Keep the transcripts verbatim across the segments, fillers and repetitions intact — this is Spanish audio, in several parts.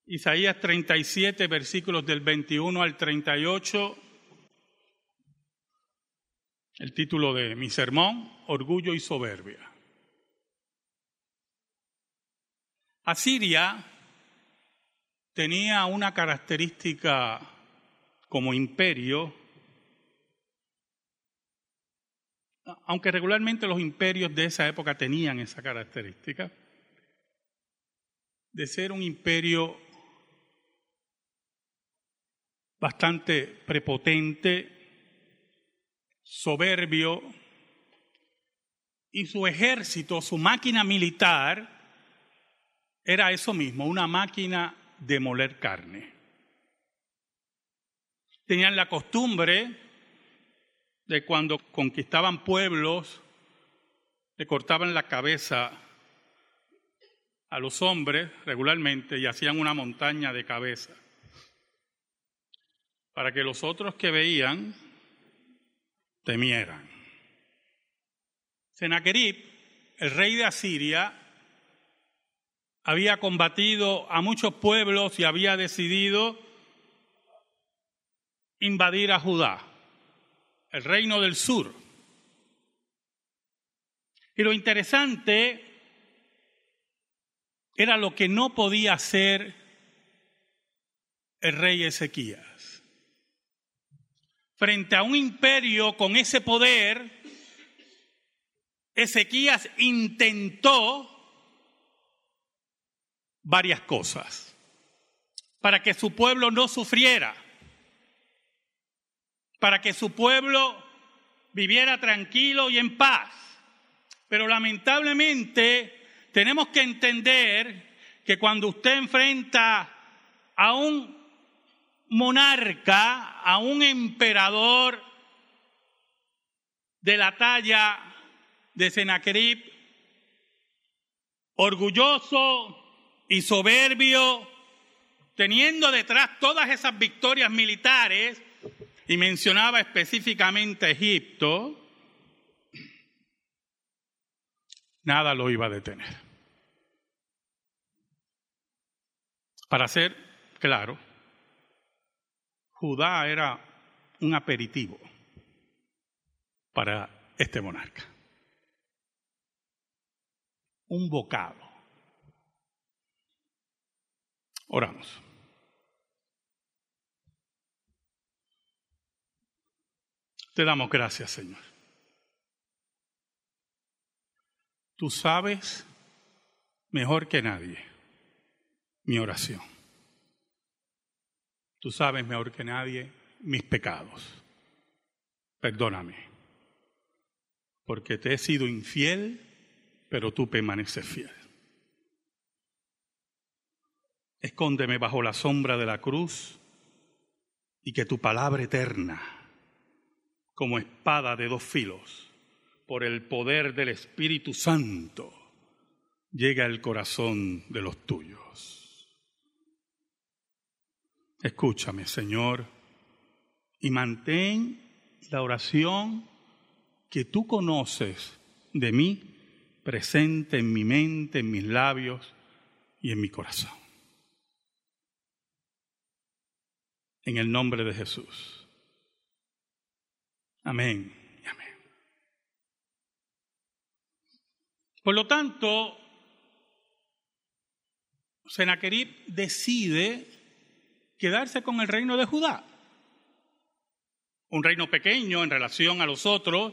Isaías treinta y siete, versículos del veintiuno al treinta y ocho. El título de mi sermón, Orgullo y Soberbia. Asiria tenía una característica como imperio, aunque regularmente los imperios de esa época tenían esa característica, de ser un imperio bastante prepotente, soberbio, y su ejército, su máquina militar, era eso mismo, una máquina de moler carne. Tenían la costumbre de cuando conquistaban pueblos, le cortaban la cabeza a los hombres regularmente y hacían una montaña de cabeza, para que los otros que veían temieran. Senaquerib, el rey de Asiria, había combatido a muchos pueblos y había decidido invadir a Judá, el reino del sur. Y lo interesante era lo que no podía hacer el rey Ezequías. Frente a un imperio con ese poder, Ezequías intentó varias cosas para que su pueblo no sufriera, para que su pueblo viviera tranquilo y en paz. Pero lamentablemente tenemos que entender que cuando usted enfrenta a un monarca, a un emperador de la talla de Senaquerib, orgulloso y soberbio, teniendo detrás todas esas victorias militares, y mencionaba específicamente a Egipto, nada lo iba a detener. Para ser claro, Judá era un aperitivo para este monarca, un bocado. Oramos. Te damos gracias, Señor. Tú sabes mejor que nadie mi oración. Tú sabes mejor que nadie mis pecados. Perdóname, porque te he sido infiel, pero tú permaneces fiel. Escóndeme bajo la sombra de la cruz y que tu palabra eterna, como espada de dos filos, por el poder del Espíritu Santo, llegue al corazón de los tuyos. Escúchame, Señor, y mantén la oración que tú conoces de mí presente en mi mente, en mis labios y en mi corazón. En el nombre de Jesús. Amén y amén. Por lo tanto, Senaquerib decide quedarse con el reino de Judá. Un reino pequeño en relación a los otros,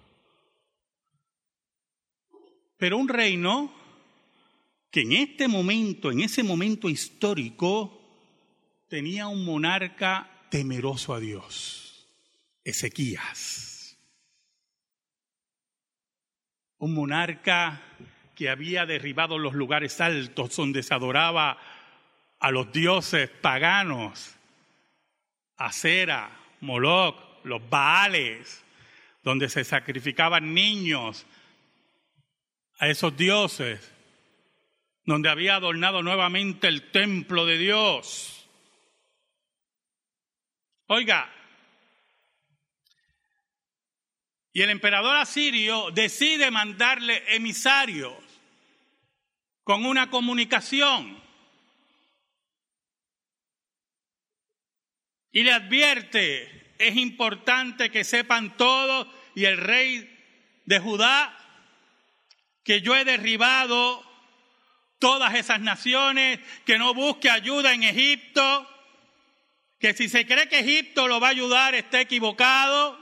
pero un reino que en este momento, en ese momento histórico, tenía un monarca temeroso a Dios, Ezequías. Un monarca que había derribado los lugares altos donde se adoraba a los dioses paganos, Acera, Moloc, los Baales, donde se sacrificaban niños a esos dioses, donde había adornado nuevamente el templo de Dios. Oiga, y el emperador asirio decide mandarle emisarios con una comunicación. Y le advierte, es importante que sepan todos y el rey de Judá que yo he derribado todas esas naciones, que no busque ayuda en Egipto, que si se cree que Egipto lo va a ayudar está equivocado,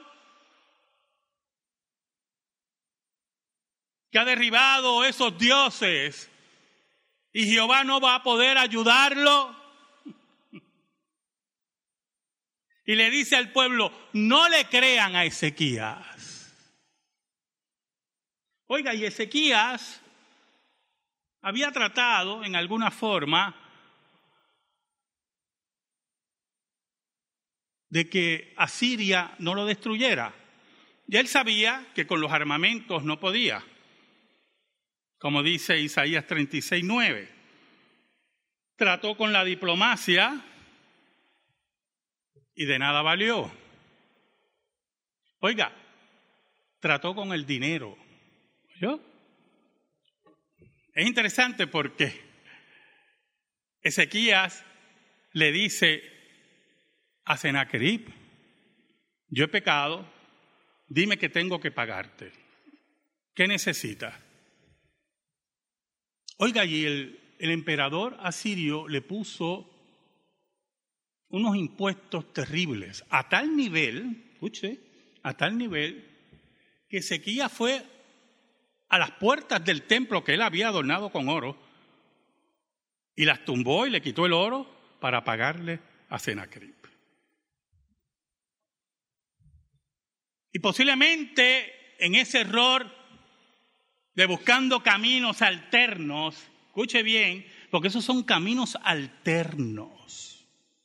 que ha derribado esos dioses y Jehová no va a poder ayudarlo. Y le dice al pueblo, no le crean a Ezequías. Oiga, y Ezequías había tratado en alguna forma de que Asiria no lo destruyera. Y él sabía que con los armamentos no podía. Como dice Isaías treinta y seis, nueve. Trató con la diplomacia y de nada valió. Oiga, trató con el dinero. ¿Yo? Es interesante porque Ezequías le dice a Sennacherib, yo he pecado, dime que tengo que pagarte. ¿Qué necesitas? Oiga, y el, el emperador asirio le puso unos impuestos terribles, a tal nivel, escuche, a tal nivel, que Ezequías fue a las puertas del templo que él había adornado con oro y las tumbó y le quitó el oro para pagarle a Sennacherib. Y posiblemente en ese error de buscando caminos alternos, escuche bien, porque esos son caminos alternos,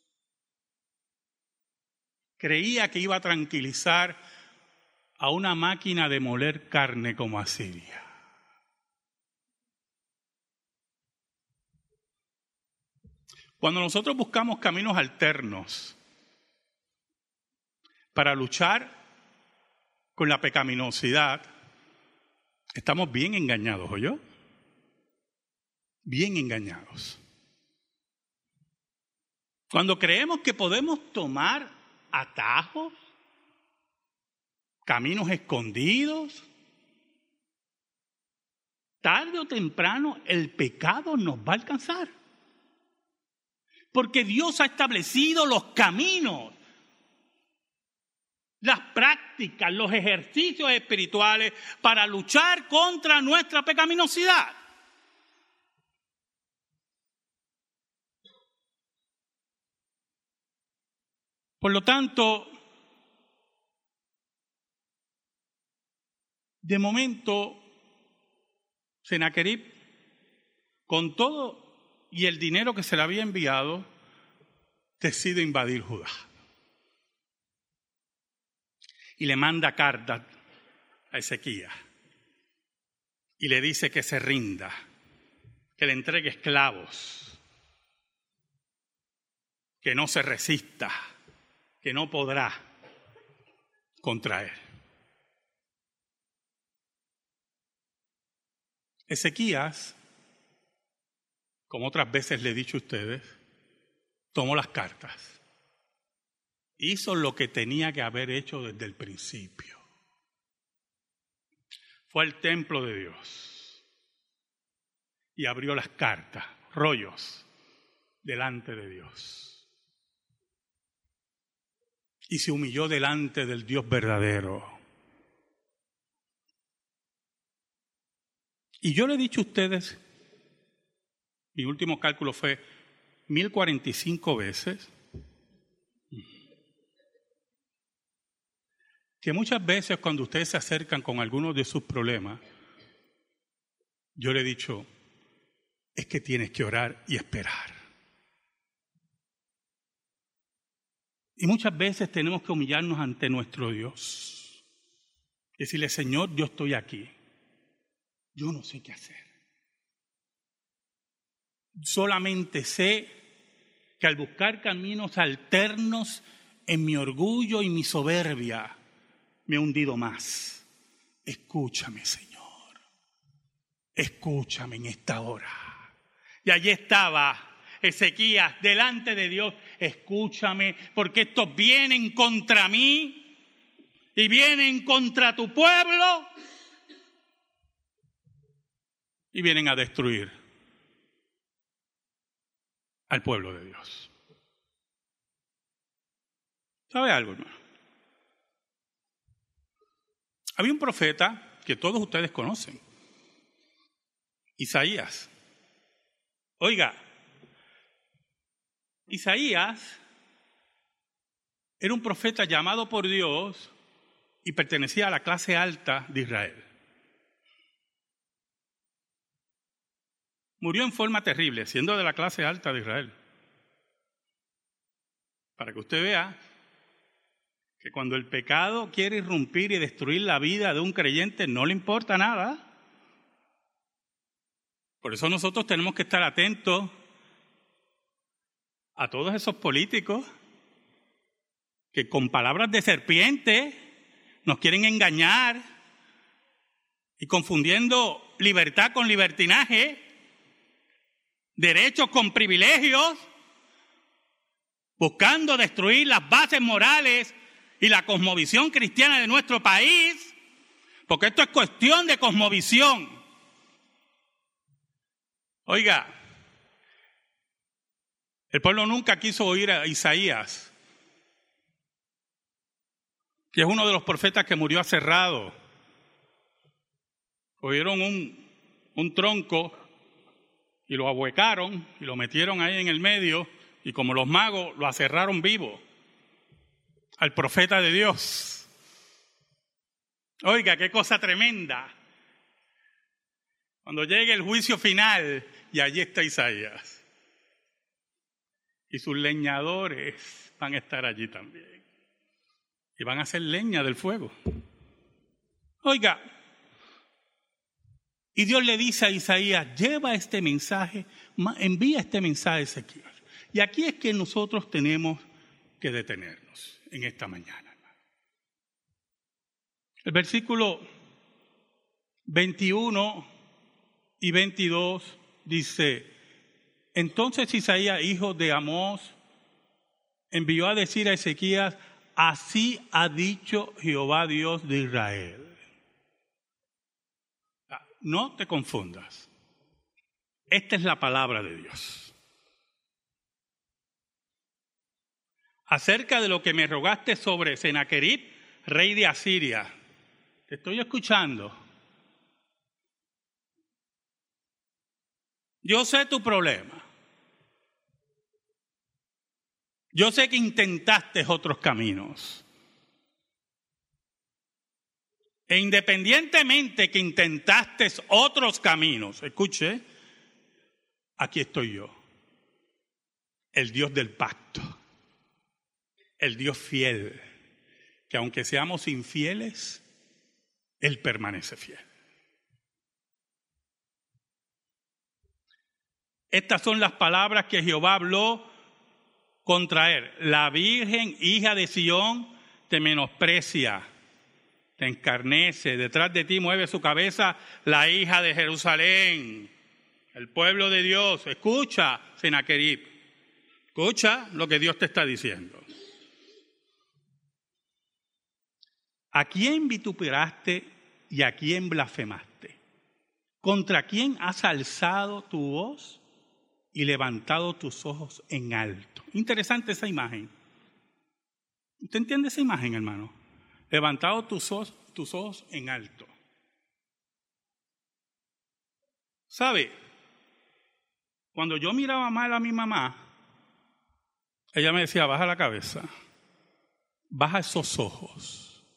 creía que iba a tranquilizar a una máquina de moler carne como Asiria. Cuando nosotros buscamos caminos alternos para luchar con la pecaminosidad, estamos bien engañados, ¿oyó? Bien engañados. Cuando creemos que podemos tomar atajos, caminos escondidos, tarde o temprano el pecado nos va a alcanzar. Porque Dios ha establecido los caminos, las prácticas, los ejercicios espirituales para luchar contra nuestra pecaminosidad. Por lo tanto, de momento, Sennacherib, con todo y el dinero que se le había enviado, decide invadir Judá. Y le manda cartas a Ezequías. Y le dice que se rinda, que le entregue esclavos, que no se resista, que no podrá contra él. Ezequías, como otras veces le he dicho a ustedes, tomó las cartas. Hizo lo que tenía que haber hecho desde el principio. Fue al templo de Dios y abrió las cartas, rollos, delante de Dios. Y se humilló delante del Dios verdadero. Y yo le he dicho a ustedes, mi último cálculo fue mil cuarenta y cinco veces, que muchas veces cuando ustedes se acercan con algunos de sus problemas, yo le he dicho, es que tienes que orar y esperar. Y muchas veces tenemos que humillarnos ante nuestro Dios. Decirle, Señor, yo estoy aquí. Yo no sé qué hacer. Solamente sé que al buscar caminos alternos en mi orgullo y mi soberbia, me he hundido más. Escúchame, Señor. Escúchame en esta hora. Y allí estaba Ezequías delante de Dios: escúchame, porque estos vienen contra mí y vienen contra tu pueblo y vienen a destruir al pueblo de Dios. ¿Sabe algo, hermano? Había un profeta que todos ustedes conocen, Isaías. Oiga, Isaías era un profeta llamado por Dios y pertenecía a la clase alta de Israel. Murió en forma terrible, siendo de la clase alta de Israel. Para que usted vea que cuando el pecado quiere irrumpir y destruir la vida de un creyente, no le importa nada. Por eso nosotros tenemos que estar atentos a todos esos políticos que con palabras de serpiente nos quieren engañar y confundiendo libertad con libertinaje, derechos con privilegios, buscando destruir las bases morales y la cosmovisión cristiana de nuestro país, porque esto es cuestión de cosmovisión. Oiga, el pueblo nunca quiso oír a Isaías, que es uno de los profetas que murió aserrado. Cogieron un, un tronco y lo ahuecaron y lo metieron ahí en el medio, y como los magos lo aserraron vivo al profeta de Dios. Oiga, qué cosa tremenda. Cuando llegue el juicio final, y allí está Isaías. Y sus leñadores van a estar allí también. Y van a hacer leña del fuego. Oiga, y Dios le dice a Isaías: lleva este mensaje, envía este mensaje a Ezequiel. Y aquí es que nosotros tenemos que detenernos en esta mañana. El versículo veintiuno y veintidós dice: entonces Isaías, hijo de Amós, envió a decir a Ezequías: así ha dicho Jehová Dios de Israel. No te confundas. Esta es la palabra de Dios. Acerca de lo que me rogaste sobre Senaquerib, rey de Asiria. Te estoy escuchando. Yo sé tu problema. Yo sé que intentaste otros caminos. E independientemente que intentaste otros caminos, escuche, aquí estoy yo, el Dios del pacto, el Dios fiel, que aunque seamos infieles, Él permanece fiel. Estas son las palabras que Jehová habló contra él. La Virgen, hija de Sión, te menosprecia, te encarnece. Detrás de ti mueve su cabeza la hija de Jerusalén, el pueblo de Dios. Escucha, Senaquerib, escucha lo que Dios te está diciendo. ¿A quién vituperaste y a quién blasfemaste? ¿Contra quién has alzado tu voz y levantado tus ojos en alto? Interesante esa imagen. ¿Usted entiende esa imagen, hermano? Levantado tus ojos, tus ojos en alto. ¿Sabe? Cuando yo miraba mal a mi mamá, ella me decía: baja la cabeza, baja esos ojos.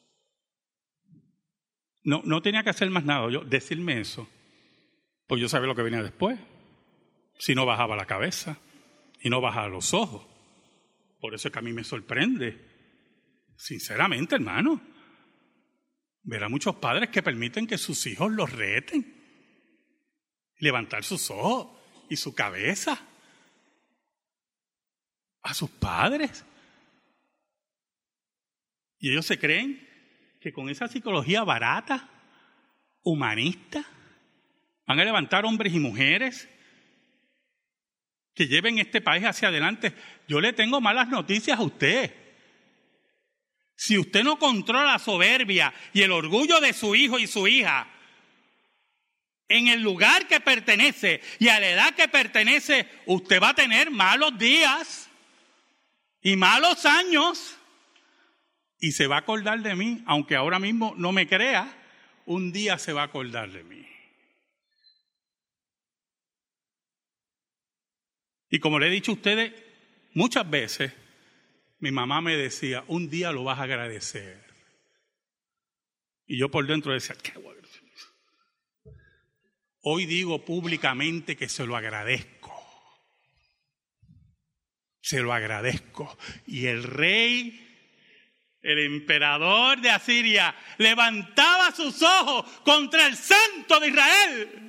No, no tenía que hacer más nada, yo decirme eso, pues yo sabía lo que venía después. Si no bajaba la cabeza y no bajaba los ojos. Por eso es que a mí me sorprende, sinceramente, hermano, ver a muchos padres que permiten que sus hijos los reten, levantar sus ojos y su cabeza a sus padres. Y ellos se creen que con esa psicología barata, humanista, van a levantar hombres y mujeres que lleven este país hacia adelante. Yo le tengo malas noticias a usted. Si usted no controla la soberbia y el orgullo de su hijo y su hija en el lugar que pertenece y a la edad que pertenece, usted va a tener malos días y malos años y se va a acordar de mí, aunque ahora mismo no me crea, un día se va a acordar de mí. Y como le he dicho a ustedes muchas veces, mi mamá me decía, un día lo vas a agradecer. Y yo por dentro decía, qué bueno. Hoy digo públicamente que se lo agradezco. Se lo agradezco. Y el rey, el emperador de Asiria, levantaba sus ojos contra el Santo de Israel.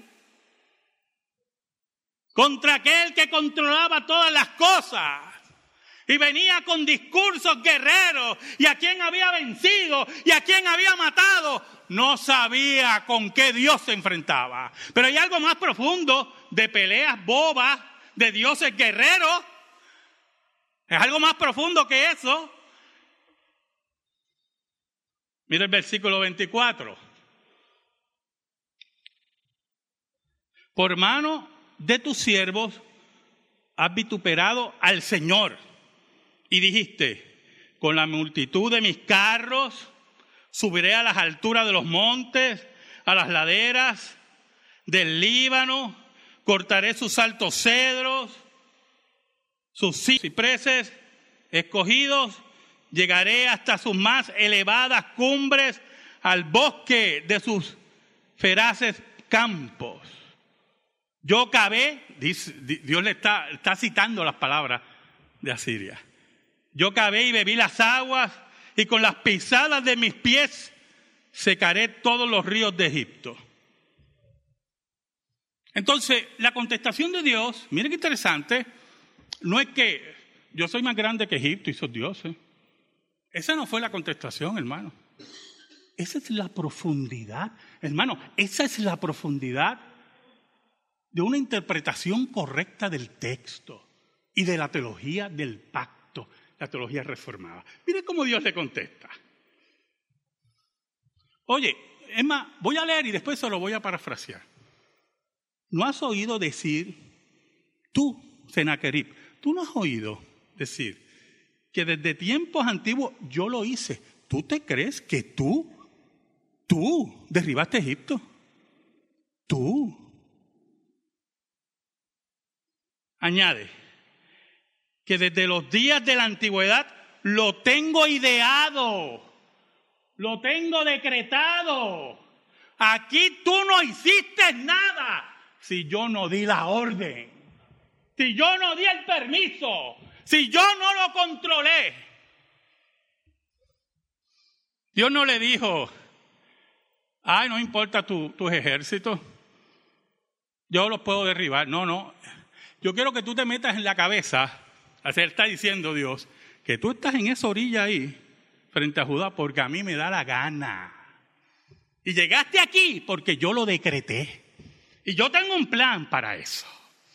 Contra aquel que controlaba todas las cosas. Y venía con discursos guerreros. Y a quien había vencido. Y a quien había matado. No sabía con qué Dios se enfrentaba. Pero hay algo más profundo de peleas bobas. De dioses guerreros. Es algo más profundo que eso. Mira el versículo veinticuatro. Por mano de tus siervos has vituperado al Señor. Y dijiste, con la multitud de mis carros subiré a las alturas de los montes, a las laderas del Líbano, cortaré sus altos cedros, sus cipreses escogidos, llegaré hasta sus más elevadas cumbres, al bosque de sus feraces campos. Yo cavé, dice, Dios le está, está citando las palabras de Asiria. Yo cavé y bebí las aguas, y con las pisadas de mis pies secaré todos los ríos de Egipto. Entonces, la contestación de Dios, miren qué interesante, no es que yo soy más grande que Egipto y esos dioses. Esa no fue la contestación, hermano. Esa es la profundidad, hermano, esa es la profundidad de una interpretación correcta del texto y de la teología del pacto, la teología reformada. Mire cómo Dios le contesta. Oye, es más, voy a leer y después se lo voy a parafrasear. ¿No has oído decir, tú, Sennacherib, tú no has oído decir que desde tiempos antiguos yo lo hice? ¿Tú te crees que tú, tú derribaste Egipto? Tú. Añade que desde los días de la antigüedad lo tengo ideado, lo tengo decretado. Aquí tú no hiciste nada si yo no di la orden, si yo no di el permiso, si yo no lo controlé. Dios no le dijo, ay, no importa tu, tus ejércitos, yo los puedo derribar. No, no. Yo quiero que tú te metas en la cabeza, así está diciendo Dios, que tú estás en esa orilla ahí, frente a Judá, porque a mí me da la gana. Y llegaste aquí porque yo lo decreté. Y yo tengo un plan para eso.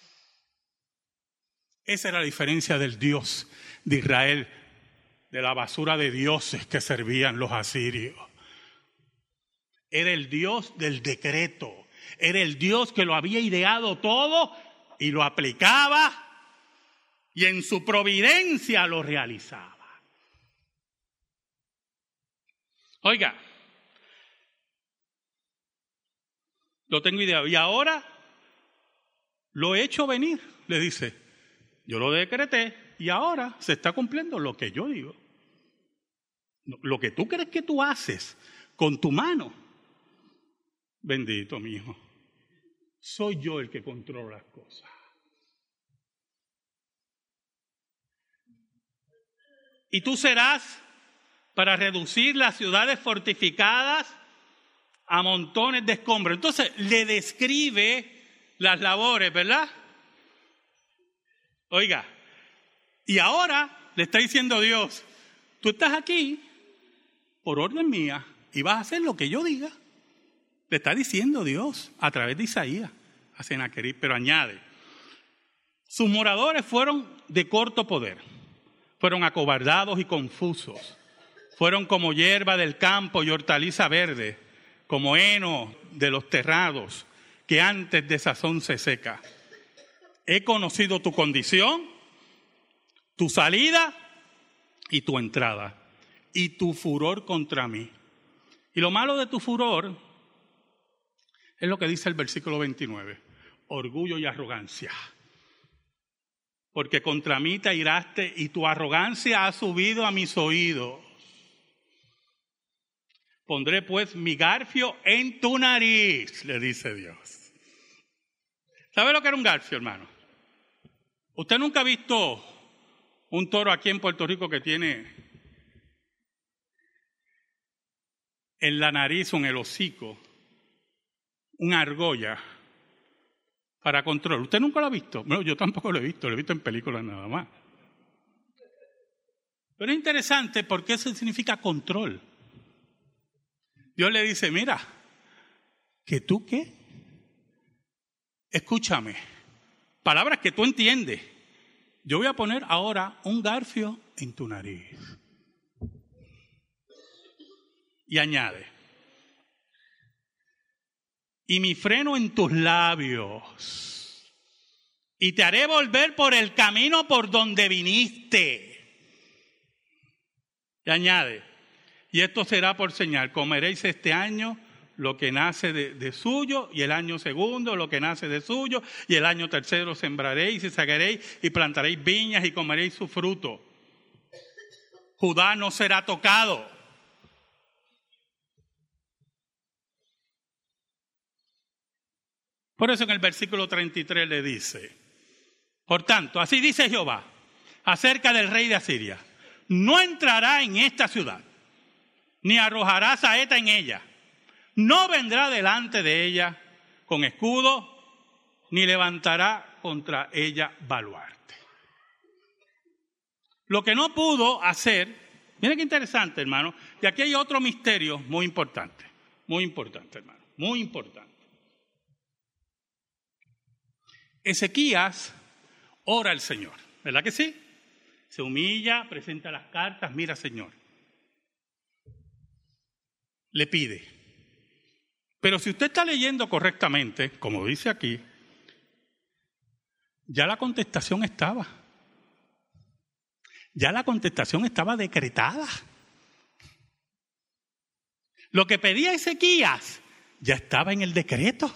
Esa era la diferencia del Dios de Israel, de la basura de dioses que servían los asirios. Era el Dios del decreto. Era el Dios que lo había ideado todo y lo aplicaba y en su providencia lo realizaba. Oiga, lo tengo ideado y ahora lo he hecho venir, le dice. Yo lo decreté y ahora se está cumpliendo lo que yo digo. Lo que tú crees que tú haces con tu mano. Bendito mi hijo. Soy yo el que controla las cosas. Y tú serás para reducir las ciudades fortificadas a montones de escombros. Entonces le describe las labores, ¿verdad? Oiga, y ahora le está diciendo Dios, tú estás aquí por orden mía y vas a hacer lo que yo diga. Le está diciendo Dios a través de Isaías a Sennacherib, pero añade, Sus moradores fueron de corto poder, fueron acobardados y confusos, fueron como hierba del campo y hortaliza verde, como heno de los terrados, que antes de sazón se seca. He conocido tu condición, tu salida y tu entrada, y tu furor contra mí. Y lo malo de tu furor es lo que dice el versículo veintinueve, orgullo y arrogancia. Porque contra mí te airaste y tu arrogancia ha subido a mis oídos. Pondré pues mi garfio en tu nariz, le dice Dios. ¿Sabe lo que era un garfio, hermano? ¿Usted nunca ha visto un toro aquí en Puerto Rico que tiene en la nariz o en el hocico una argolla para control? ¿Usted nunca lo ha visto? Bueno, yo tampoco lo he visto, lo he visto en películas nada más. Pero es interesante porque eso significa control. Dios le dice, mira, ¿que tú qué? Escúchame, palabras que tú entiendes. Yo voy a poner ahora un garfio en tu nariz. Y añade, y mi freno en tus labios, y te haré volver por el camino por donde viniste. Y añade, y esto será por señal, comeréis este año lo que nace de, de suyo, y el año segundo lo que nace de suyo, y el año tercero sembraréis y sacaréis y plantaréis viñas y comeréis su fruto. Judá no será tocado. Por eso en el versículo treinta y tres le dice, por tanto, así dice Jehová acerca del rey de Asiria, no entrará en esta ciudad, ni arrojará saeta en ella, no vendrá delante de ella con escudo, ni levantará contra ella baluarte. Lo que no pudo hacer, miren qué interesante, hermano, y aquí hay otro misterio muy importante, muy importante, hermano, muy importante. Ezequías ora al Señor, ¿verdad que sí? Se humilla, presenta las cartas, mira, Señor. Le pide. Pero si usted está leyendo correctamente, como dice aquí, ya la contestación estaba. Ya la contestación estaba decretada. Lo que pedía Ezequías ya estaba en el decreto.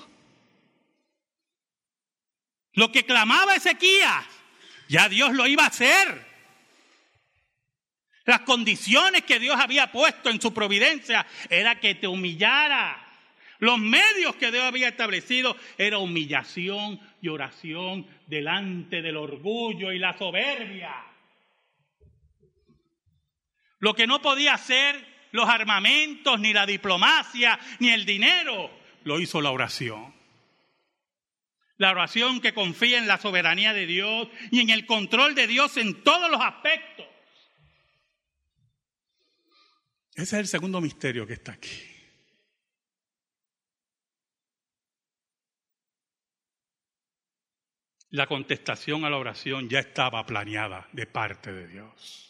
Lo que clamaba Ezequías, ya Dios lo iba a hacer. Las condiciones que Dios había puesto en su providencia era que te humillara. Los medios que Dios había establecido era humillación y oración delante del orgullo y la soberbia. Lo que no podía hacer los armamentos, ni la diplomacia, ni el dinero, lo hizo la oración. La oración que confía en la soberanía de Dios y en el control de Dios en todos los aspectos. Ese es el segundo misterio que está aquí. La contestación a la oración ya estaba planeada de parte de Dios.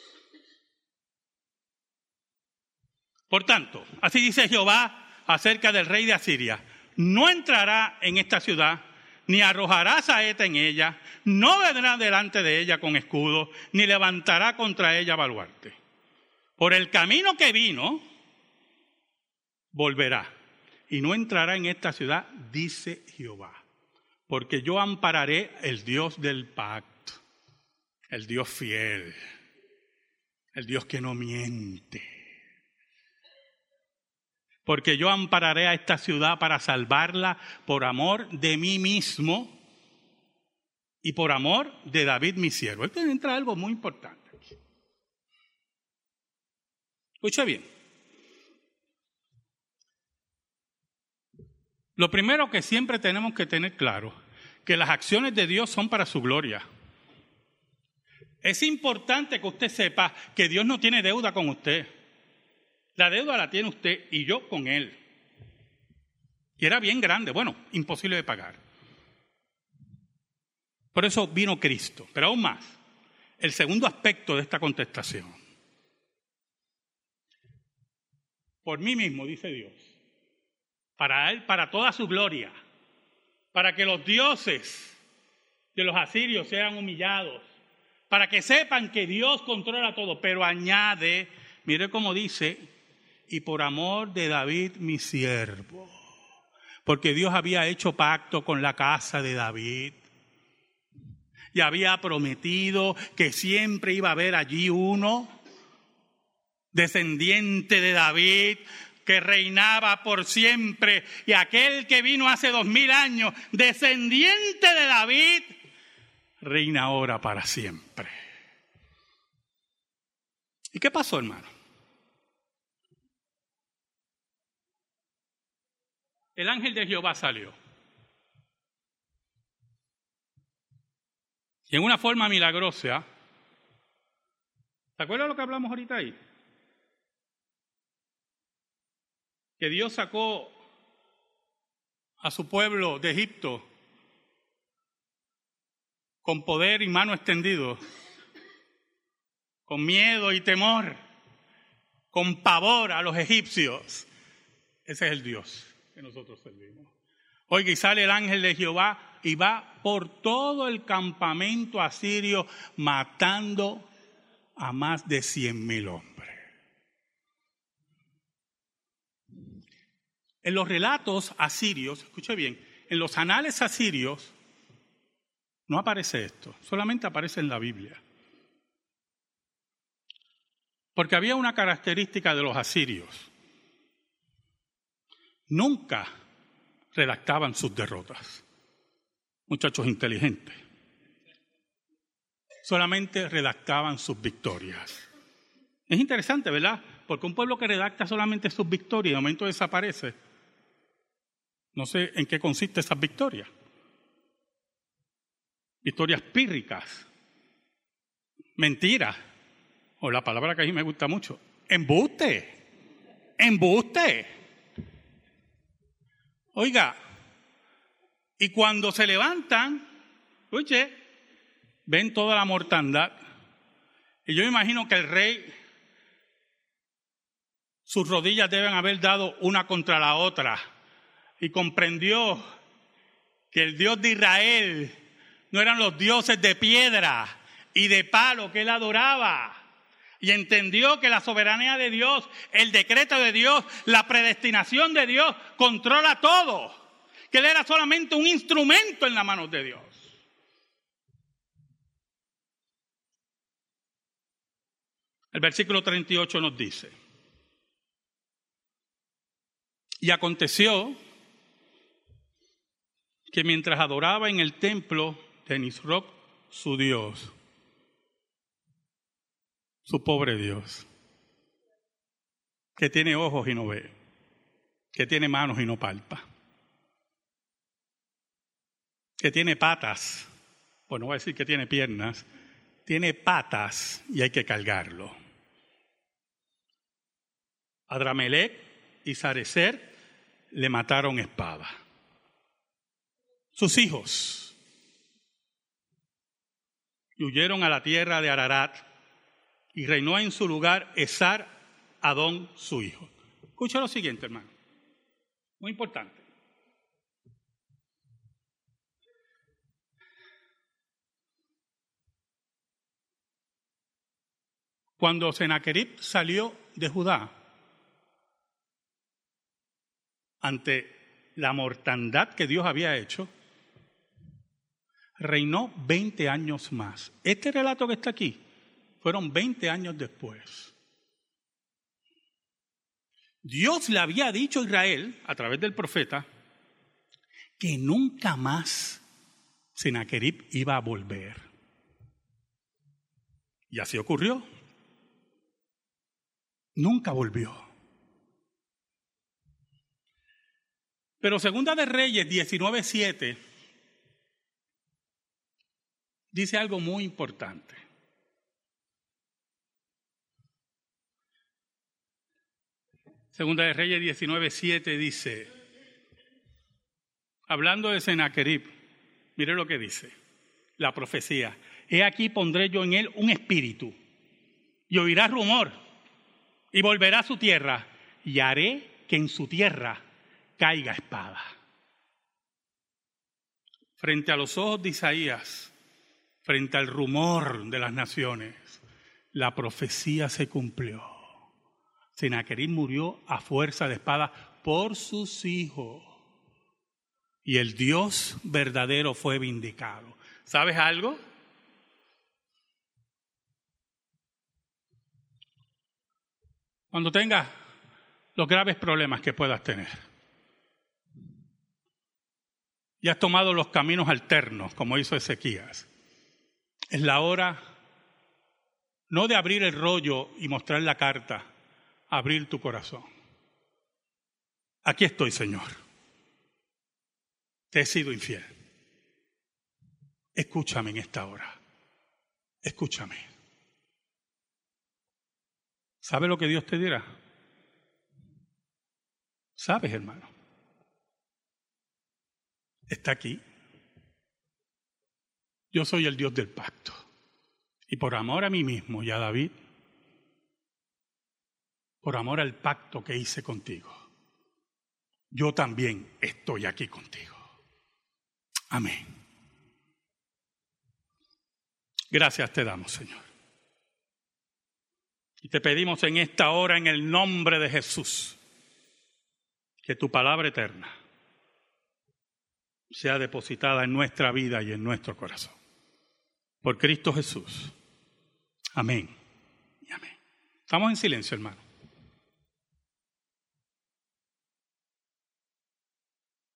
Por tanto, así dice Jehová acerca del rey de Asiria, no entrará en esta ciudad, ni arrojará saeta en ella, no vendrá delante de ella con escudo, ni levantará contra ella baluarte. Por el camino que vino, volverá, y no entrará en esta ciudad, dice Jehová. Porque yo ampararé el Dios del pacto, el Dios fiel, el Dios que no miente. Porque yo ampararé a esta ciudad para salvarla por amor de mí mismo y por amor de David mi siervo. Aquí entra algo muy importante. Escucha bien. Lo primero que siempre tenemos que tener claro, que las acciones de Dios son para su gloria. Es importante que usted sepa que Dios no tiene deuda con usted. La deuda la tiene usted y yo con Él. Y era bien grande, bueno, imposible de pagar. Por eso vino Cristo. Pero aún más, el segundo aspecto de esta contestación. Por mí mismo, dice Dios, para Él, para toda su gloria, para que los dioses de los asirios sean humillados, para que sepan que Dios controla todo, pero añade, mire cómo dice, y por amor de David mi siervo, porque Dios había hecho pacto con la casa de David y había prometido que siempre iba a haber allí uno descendiente de David que reinaba por siempre, y aquel que vino hace dos mil años, descendiente de David, reina ahora para siempre. ¿Y qué pasó, hermano? El ángel de Jehová salió. Y en una forma milagrosa, ¿te acuerdas lo que hablamos ahorita ahí? Que Dios sacó a su pueblo de Egipto con poder y mano extendido, con miedo y temor, con pavor a los egipcios. Ese es el Dios que nosotros servimos. Oiga, y sale el ángel de Jehová y va por todo el campamento asirio matando a más de cien mil hombres. En los relatos asirios, escuche bien, en los anales asirios no aparece esto, solamente aparece en la Biblia. Porque había una característica de los asirios. Nunca redactaban sus derrotas. Muchachos inteligentes. Solamente redactaban sus victorias. Es interesante, ¿verdad? Porque un pueblo que redacta solamente sus victorias y de momento desaparece. No sé en qué consiste esas victorias. Victorias pírricas. Mentiras. O la palabra que a mí me gusta mucho. Embuste. Embuste. Oiga, y cuando se levantan, oye, ven toda la mortandad. Y yo imagino que el rey, sus rodillas deben haber dado una contra la otra. Y comprendió que el Dios de Israel no eran los dioses de piedra y de palo que él adoraba. Y entendió que la soberanía de Dios, el decreto de Dios, la predestinación de Dios controla todo. Que él era solamente un instrumento en las manos de Dios. El versículo treinta y ocho nos dice: y aconteció que mientras adoraba en el templo de Nisroch, su Dios, su pobre Dios, que tiene ojos y no ve, que tiene manos y no palpa, que tiene patas, pues no voy a decir que tiene piernas, tiene patas y hay que cargarlo. Adramelech y Sarecer le mataron espada. Sus hijos y huyeron a la tierra de Ararat, y reinó en su lugar Esar Adón, su hijo. Escucha lo siguiente, hermano. Muy importante. Cuando Sennacherib salió de Judá, ante la mortandad que Dios había hecho, reinó veinte años más. Este relato que está aquí fueron veinte años después. Dios le había dicho a Israel, a través del profeta, que nunca más Sennacherib iba a volver. Y así ocurrió. Nunca volvió. Pero Segunda de Reyes diecinueve siete dice algo muy importante. Segunda de Reyes diecinueve siete dice, hablando de Sennacherib, mire lo que dice: la profecía. He aquí pondré yo en él un espíritu, y oirá rumor, y volverá a su tierra, y haré que en su tierra caiga espada. Frente a los ojos de Isaías, frente al rumor de las naciones, la profecía se cumplió. Sennacherib murió a fuerza de espada por sus hijos, y el Dios verdadero fue vindicado. ¿Sabes algo? Cuando tengas los graves problemas que puedas tener y has tomado los caminos alternos, como hizo Ezequías, es la hora no de abrir el rollo y mostrar la carta, abrir tu corazón. Aquí estoy, Señor. Te he sido infiel. Escúchame en esta hora. Escúchame. ¿Sabe lo que Dios te dirá? ¿Sabes, hermano? Está aquí. Yo soy el Dios del pacto. Y por amor a mí mismo y a David, por amor al pacto que hice contigo, yo también estoy aquí contigo. Amén. Gracias te damos, Señor. Y te pedimos en esta hora, en el nombre de Jesús, que tu palabra eterna sea depositada en nuestra vida y en nuestro corazón. Por Cristo Jesús. Amén y amén. Estamos en silencio, hermano.